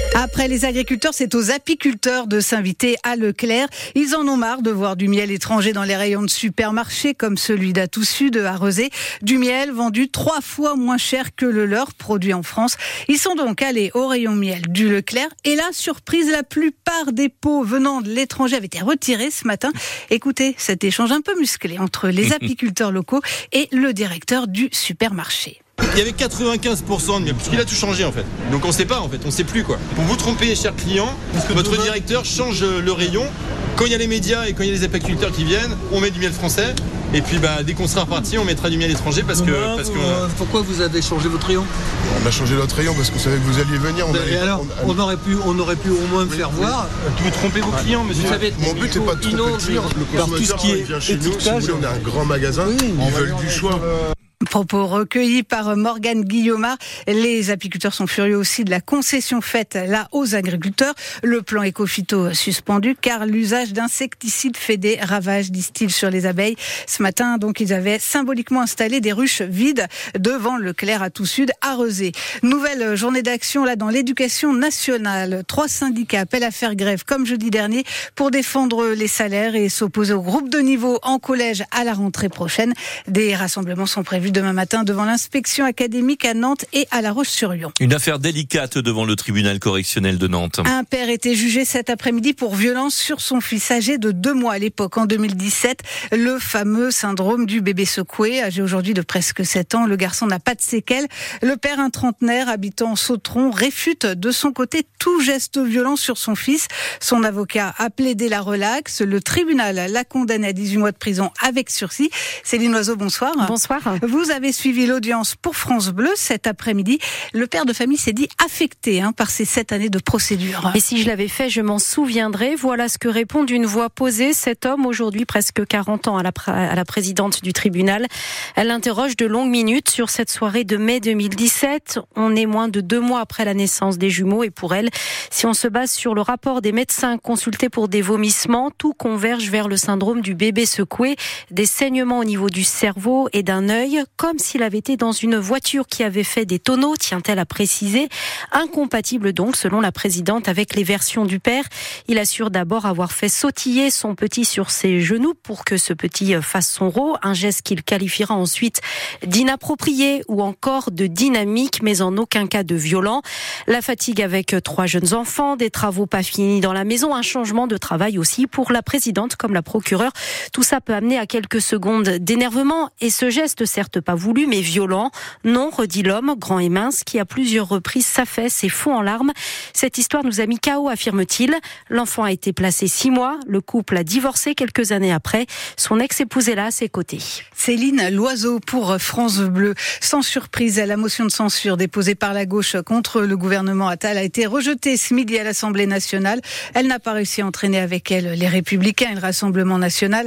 Après les agriculteurs, c'est aux apiculteurs de s'inviter à Leclerc. Ils en ont marre de voir du miel étranger dans les rayons de supermarchés comme celui d'Atout Sud à Rezé. Du miel vendu 3 fois moins cher que le leur produit en France. Ils sont donc allés au rayon miel du Leclerc. Et là, surprise, la plupart des pots venant de l'étranger avaient été retirés ce matin. Écoutez cet échange un peu musclé entre les apiculteurs locaux et le directeur du supermarché. Il y avait 95% de miel, puisqu'il a tout changé en fait. Donc on sait pas en fait, on sait plus quoi. Pour vous tromper, chers clients, votre directeur change le rayon. Quand il y a les médias et quand il y a les apiculteurs qui viennent, on met du miel français. Et puis dès qu'on sera reparti, on mettra du miel étranger parce que... Pourquoi vous avez changé votre rayon ? On a changé notre rayon parce qu'on savait que vous alliez venir. On aurait pu au moins me faire voir. Vous trompez vos clients, monsieur. Mon but n'est pas de tromper le client. Le consommateur vient chez nous, si vous voulez, on est un grand magasin. Ils veulent du choix. Propos recueillis par Morgane Guillaumard. Les apiculteurs sont furieux aussi de la concession faite là aux agriculteurs. Le plan éco-phyto suspendu car l'usage d'insecticides fait des ravages, disent-ils, sur les abeilles. Ce matin, donc, ils avaient symboliquement installé des ruches vides devant Leclerc Atout Sud à Rezé. Nouvelle journée d'action là dans l'éducation nationale. 3 syndicats appellent à faire grève comme jeudi dernier pour défendre les salaires et s'opposer au groupe de niveau en collège à la rentrée prochaine. Des rassemblements sont prévus demain matin devant l'inspection académique à Nantes et à La Roche-sur-Yon. Une affaire délicate devant le tribunal correctionnel de Nantes. Un père était jugé cet après-midi pour violence sur son fils âgé de 2 mois à l'époque, en 2017. Le fameux syndrome du bébé secoué, âgé aujourd'hui de presque 7 ans. Le garçon n'a pas de séquelles. Le père, un trentenaire habitant Sautron, réfute de son côté tout geste violent sur son fils. Son avocat a plaidé la relaxe. Le tribunal l'a condamné à 18 mois de prison avec sursis. Céline Loiseau, bonsoir. Bonsoir. Vous avez suivi l'audience pour France Bleu cet après-midi. Le père de famille s'est dit affecté par ces 7 années de procédure. Et si je l'avais fait, je m'en souviendrai. Voilà ce que répond d'une voix posée cet homme, aujourd'hui presque 40 ans, à la présidente du tribunal. Elle l'interroge de longues minutes sur cette soirée de mai 2017. On est moins de 2 mois après la naissance des jumeaux et pour elle, si on se base sur le rapport des médecins consultés pour des vomissements, tout converge vers le syndrome du bébé secoué, des saignements au niveau du cerveau et d'un œil, comme s'il avait été dans une voiture qui avait fait des tonneaux, tient-elle à préciser. Incompatible donc, selon la présidente, avec les versions du père. Il assure d'abord avoir fait sautiller son petit sur ses genoux pour que ce petit fasse son rot, un geste qu'il qualifiera ensuite d'inapproprié ou encore de dynamique, mais en aucun cas de violent. La fatigue avec 3 jeunes enfants, des travaux pas finis dans la maison, un changement de travail aussi pour la présidente comme la procureure. Tout ça peut amener à quelques secondes d'énervement et ce geste, certes pas voulu, mais violent. Non, redit l'homme, grand et mince, qui à plusieurs reprises s'affaisse et fond en larmes. Cette histoire nous a mis KO, affirme-t-il. L'enfant a été placé 6 mois. Le couple a divorcé quelques années après. Son ex-épouse est là à ses côtés. Céline Loiseau pour France Bleu. Sans surprise, la motion de censure déposée par la gauche contre le gouvernement Attal a été rejetée ce midi à l'Assemblée nationale. Elle n'a pas réussi à entraîner avec elle les Républicains et le Rassemblement national.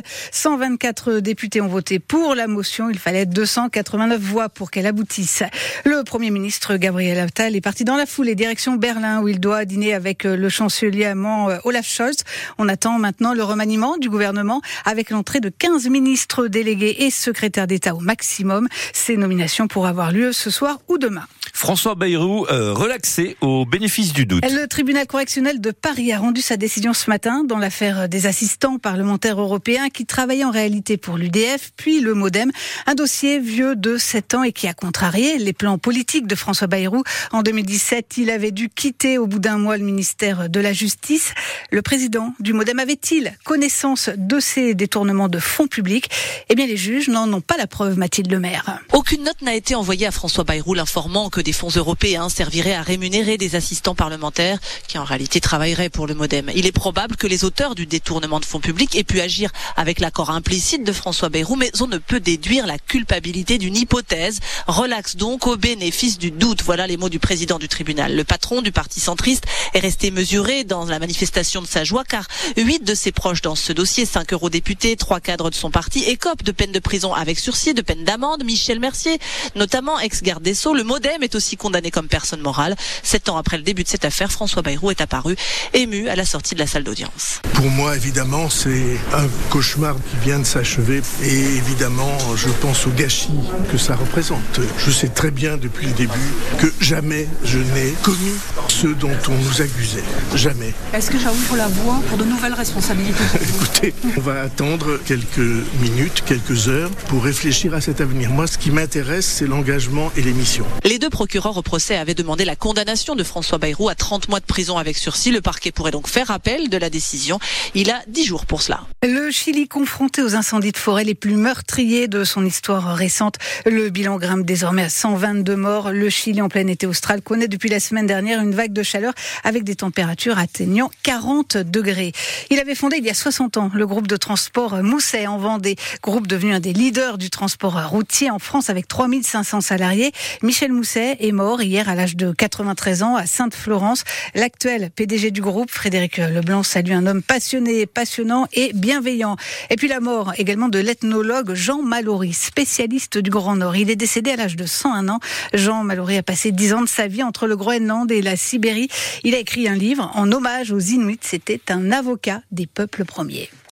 124 députés ont voté pour la motion. Il fallait 289 voix pour qu'elle aboutisse. Le Premier ministre Gabriel Attal est parti dans la foulée direction Berlin où il doit dîner avec le chancelier allemand Olaf Scholz. On attend maintenant le remaniement du gouvernement avec l'entrée de 15 ministres délégués et secrétaires d'État au maximum. Ces nominations pourraient avoir lieu ce soir ou demain. François Bayrou, relaxé au bénéfice du doute. Le tribunal correctionnel de Paris a rendu sa décision ce matin dans l'affaire des assistants parlementaires européens qui travaillaient en réalité pour l'UDF, puis le MoDem. Un dossier vieux de 7 ans et qui a contrarié les plans politiques de François Bayrou. En 2017, il avait dû quitter au bout d'un mois le ministère de la Justice. Le président du MoDem avait-il connaissance de ces détournements de fonds publics ? Eh bien, les juges n'en ont pas la preuve, Mathilde Lemaire. Aucune note n'a été envoyée à François Bayrou l'informant que des fonds européens serviraient à rémunérer des assistants parlementaires qui en réalité travailleraient pour le MoDem. Il est probable que les auteurs du détournement de fonds publics aient pu agir avec l'accord implicite de François Bayrou, mais on ne peut déduire la culpabilité d'une hypothèse. Relaxe donc au bénéfice du doute. Voilà les mots du président du tribunal. Le patron du parti centriste est resté mesuré dans la manifestation de sa joie car 8 de ses proches dans ce dossier, 5 eurodéputés, 3 cadres de son parti, écopent de peine de prison avec sursis, de peine d'amende. Michel Mercier, notamment ex-garde des Sceaux. Le MoDem est aussi condamné comme personne morale. 7 ans après le début de cette affaire, François Bayrou est apparu ému à la sortie de la salle d'audience. Pour moi, évidemment, c'est un cauchemar qui vient de s'achever et évidemment, je pense au gâchis que ça représente. Je sais très bien depuis le début que jamais je n'ai connu ce ceux dont on nous accusait. Jamais. Est-ce que ça ouvre la voie pour de nouvelles responsabilités? Écoutez, on va attendre quelques minutes, quelques heures pour réfléchir à cet avenir. Moi, ce qui m'intéresse, c'est l'engagement et les missions. Les deux procureurs au procès avaient demandé la condamnation de François Bayrou à 30 mois de prison avec sursis. Le parquet pourrait donc faire appel de la décision. Il a 10 jours pour cela. Le Chili confronté aux incendies de forêt les plus meurtriers de son histoire récente. Le bilan grimpe désormais à 122 morts. Le Chili, en plein été austral, connaît depuis la semaine dernière une vague de chaleur avec des températures atteignant 40 degrés. Il avait fondé il y a 60 ans le groupe de transport Mousset en Vendée, groupe devenu un des leaders du transport routier en France avec 3500 salariés. Michel Mousset est mort hier à l'âge de 93 ans à Sainte-Florence. L'actuel PDG du groupe, Frédéric Leblanc, salue un homme passionné, passionnant et bienveillant. Et puis la mort également de l'ethnologue Jean Mallory, spécialiste du Grand Nord. Il est décédé à l'âge de 101 ans. Jean Mallory a passé 10 ans de sa vie entre le Groenland et la Sibérie. Il a écrit un livre en hommage aux Inuits. C'était un avocat des peuples premiers.